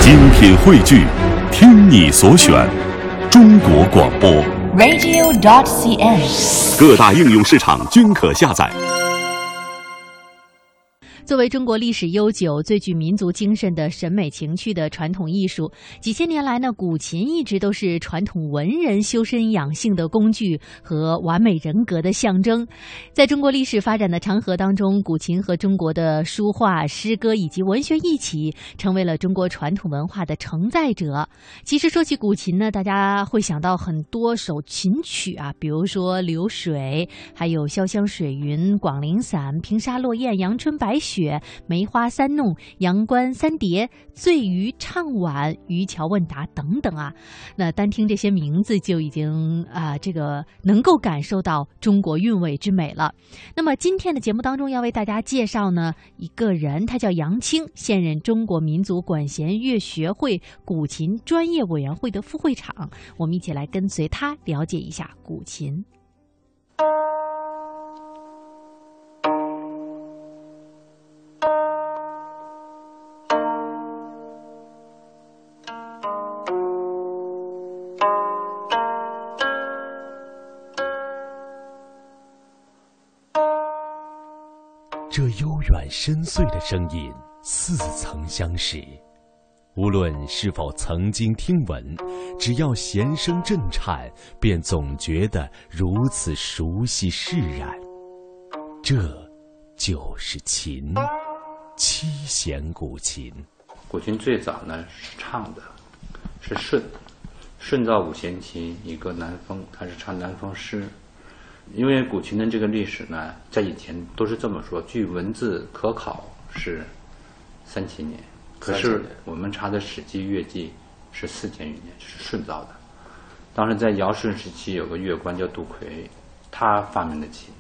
精品汇聚，听你所选，中国广播 radio.cn， 各大应用市场均可下载。 作为中国历史悠久、最具民族精神的审美情趣的传统艺术，几千年来呢，古琴一直都是传统文人修身养性的工具和完美人格的象征。在中国历史发展的长河当中，古琴和中国的书画、诗歌以及文学一起，成为了中国传统文化的承载者。其实说起古琴呢，大家会想到很多首琴曲啊，比如说《流水》，还有《潇湘水云》、《广陵散》、《平沙落雁》、《阳春白雪》、梅花三弄、阳关三叠、醉鱼唱晚、渔樵问答等等啊。那单听这些名字就已经这个能够感受到中国韵味之美了。那么今天的节目当中要为大家介绍呢一个人，他叫杨清，现任中国民族管弦乐学会古琴专业委员会的副会长。我们一起来跟随他了解一下古琴。 这悠远深邃的声音似曾相识，无论是否曾经听闻，只要弦声震颤，便总觉得如此熟悉释然。这就是琴，七弦古琴。 古琴最早呢是唱的，是顺造五弦琴一个南风，它是唱南风诗。因为古琴的这个历史呢，在以前都是这么说，据文字可考是37年，可是我们查的《史记·乐记》是4000余年，是顺造的。当时在尧舜时期，有个乐官叫杜奎，他发明的琴。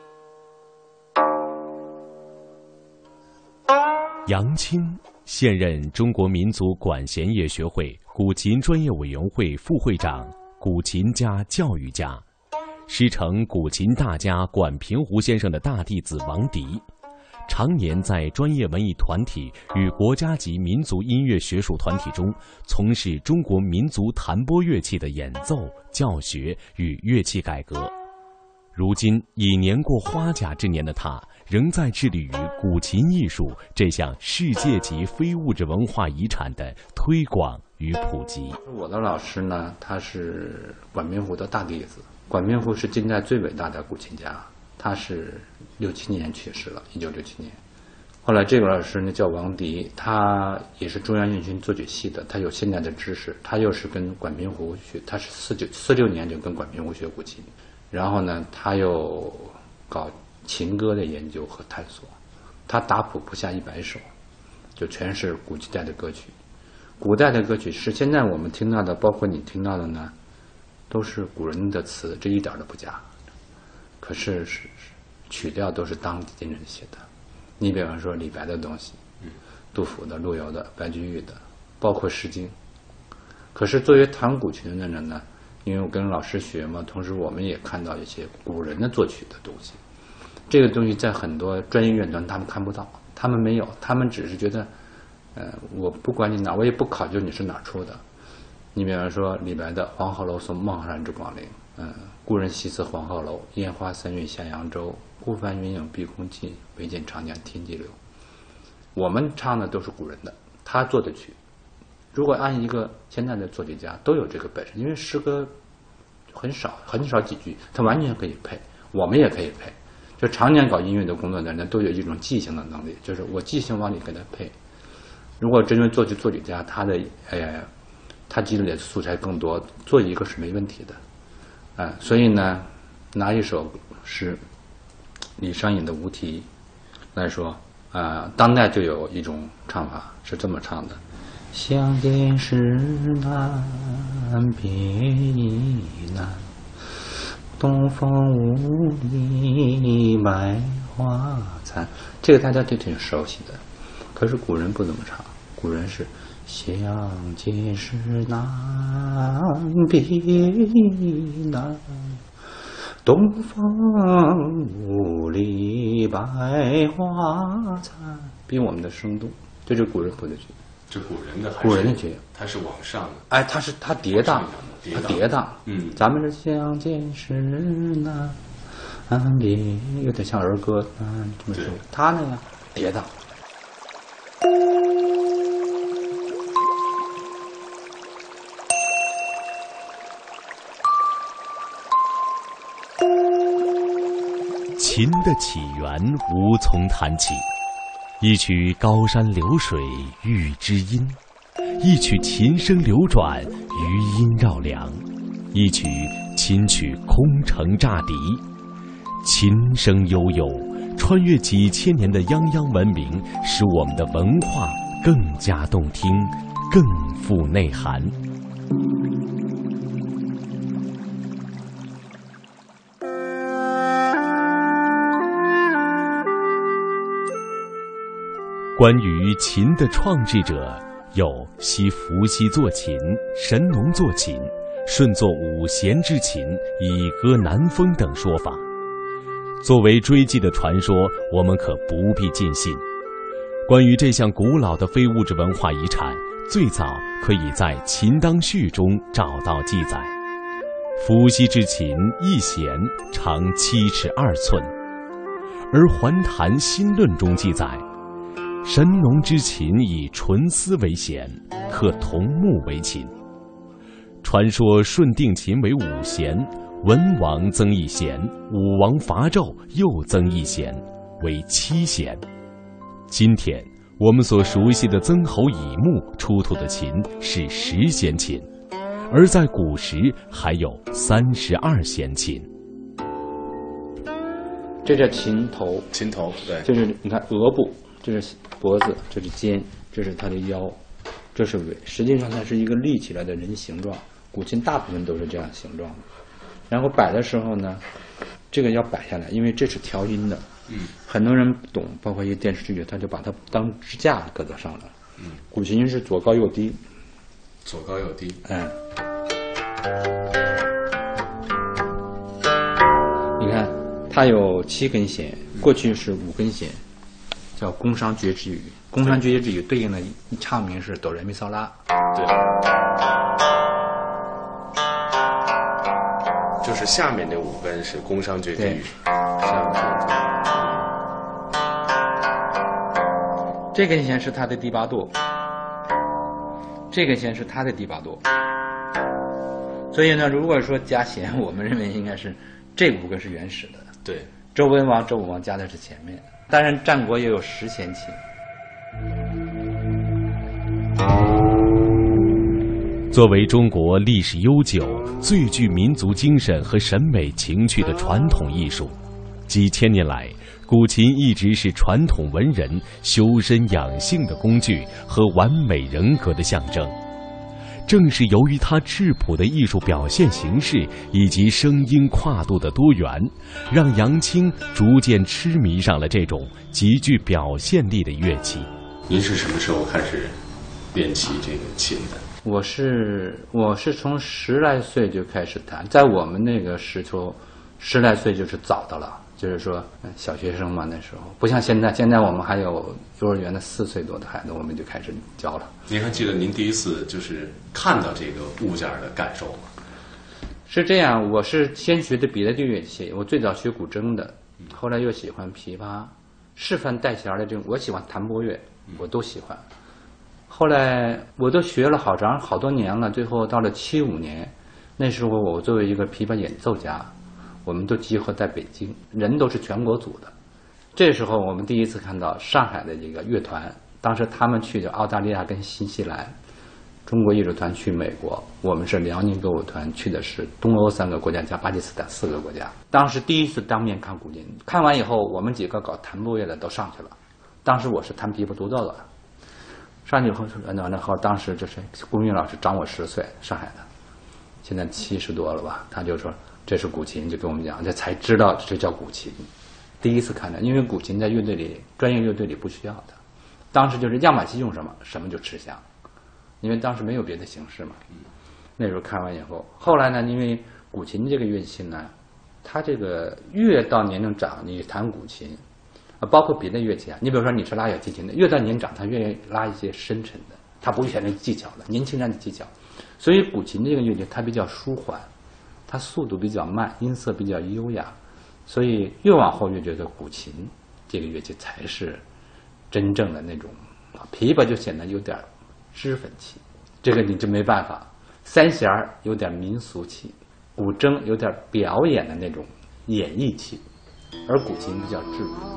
杨清现任中国民族管弦乐学会古琴专业委员会副会长、古琴家、教育家。师承古琴大家管平湖先生的大弟子王迪，常年在专业文艺团体与国家级民族音乐学术团体中从事中国民族弹拨乐器的演奏、教学与乐器改革。如今已年过花甲之年的他，仍在致力于古琴艺术这项世界级非物质文化遗产的推广与普及。 我的老师呢，他是管平湖的大弟子。管平湖是近代最伟大的古琴家，他是67年去世了，1967年。后来这个老师呢叫王迪，他也是中央音乐学院作曲系的，他有现代的知识，他又是跟管平湖学，他是46年就跟管平湖学古琴，然后呢他又搞琴歌的研究和探索，他打谱不下100首，就全是古代的歌曲。古代的歌曲是现在我们听到的，包括你听到的呢，都是古人的词，这一点都不假。可是曲调都是当今人写的。你比方说李白的东西，杜甫的、陆游的、白居易的，包括《诗经》。可是作为弹古琴的人呢，因为我跟老师学嘛，同时我们也看到一些古人的作曲的东西。这个东西在很多专业乐团他们看不到，他们没有，他们只是觉得，我不管你哪，我也不考究你是哪出的。你比方说李白的《黄鹤楼送孟浩然之广陵》，故人西辞黄鹤楼，烟花三月下扬州。孤帆远影碧空尽，唯见长江天际流。我们唱的都是古人的，他做的曲。如果按一个现在的作曲家，都有这个本事，因为诗歌很少几句，他完全可以配，我们也可以配。就常年搞音乐的工作的人都有一种即兴的能力，就是我即兴往里给他配。如果真正作曲家，他积累的素材更多，做一个是没问题的。所以呢，拿一首诗李商隐的《无题》来说，当代就有一种唱法是这么唱的：相见时难别亦难，东风无力百花残。这个大家都挺熟悉的，可是古人不怎么唱，古人是相见时难别亦难，东风无力百花残，比我们的生动，这就是古人谱的曲。 这古人的还是古人的曲， 它是往上的。 哎，它跌宕，它跌宕。咱们这相见时那别有点像儿歌这么说，他那个跌宕。 琴的起源无从谈起，一曲高山流水遇知音，一曲琴声流转余音绕梁，一曲琴曲空城乍敌。琴声悠悠，穿越几千年的泱泱文明，使我们的文化更加动听，更富内涵。关于琴的创制者，有习伏羲作琴、神农作琴、舜作五弦之琴、以歌南风等说法。作为追记的传说，我们可不必尽信。关于这项古老的非物质文化遗产，最早可以在《琴当序》中找到记载。伏羲之琴一弦长7尺2寸，而《还谈新论》中记载，神农之琴以纯丝为弦，刻桐木为琴。传说舜定琴为5弦，文王增1弦，武王伐纣又增1弦，为7弦。今天我们所熟悉的曾侯乙墓出土的琴是10弦琴，而在古时还有32弦琴。 这叫琴头， 琴头，对， 就是你看额部，这是脖子，这是肩，这是它的腰，这是尾。实际上它是一个立起来的人形状，古琴大部分都是这样形状的。然后摆的时候呢，这个要摆下来，因为这是调音的。很多人不懂，包括一些电视剧，他就把它当支架搁到上了。古琴是左高右低， 左高右低。 你看它有7根弦，过去是5根弦，叫宫商角徵羽。宫商角徵羽对应的唱名是哆来咪嗦拉。 对。就是下面那5根是宫商角徵羽，上面这根弦是它的第8度，这根弦是它的第8度。所以呢，如果说加弦，我们认为应该是这5个是原始的。 对， 周文王、周武王加的是前面。当然，战国也有10弦琴。 作为中国历史悠久、最具民族精神和审美情趣的传统艺术，几千年来，古琴一直是传统文人修身养性的工具和完美人格的象征。正是由于它质朴的艺术表现形式以及声音跨度的多元，让杨青逐渐痴迷上了这种极具表现力的乐器。您是什么时候开始练起这个琴的？ 我是从10来岁就开始弹，在我们那个时候，10来岁就是早的了，就是说小学生嘛，那时候不像现在，现在我们还有幼儿园的4岁多的孩子，我们就开始教了。 您还记得您第一次就是看到这个物件的感受吗？ 是这样，我是先学的别的乐器，我最早学古筝的，后来又喜欢琵琶、示范带弦的这种，我喜欢弹拨乐，我都喜欢。后来我都学了好多年了，最后到了75年，那时候我作为一个琵琶演奏家，我们都集合在北京，人都是全国组的。这时候我们第一次看到上海的这个乐团，当时他们去的澳大利亚跟新西兰，中国艺术团去美国，我们是辽宁歌舞团去的是东欧3个国家加巴基斯坦4个国家。当时第一次当面看古琴，看完以后，我们几个搞弹拨乐的都上去了。当时我是弹琵琶独奏的。上去后，然后当时就是龚玉老师长我10岁，上海的，现在70多了吧。他就说这是古琴，就跟我们讲，这才知道这叫古琴。第一次看的，因为古琴在乐队里，专业乐队里不需要的。当时就是样板戏用什么，什么就吃香，因为当时没有别的形式嘛。那时候看完以后，后来呢，因为古琴这个乐器呢，它这个越到年龄长，你弹古琴。包括别的乐器啊，你比如说你是拉小提琴的，越到年长，他越拉一些深沉的， 他不选那技巧的，年轻人的技巧。所以古琴这个乐器它比较舒缓，它速度比较慢，音色比较优雅，所以越往后越觉得古琴这个乐器才是真正的那种，琵琶就显得有点脂粉气，这个你就没办法。三弦有点民俗气，古筝有点表演的那种演绎气，而古琴比较质朴。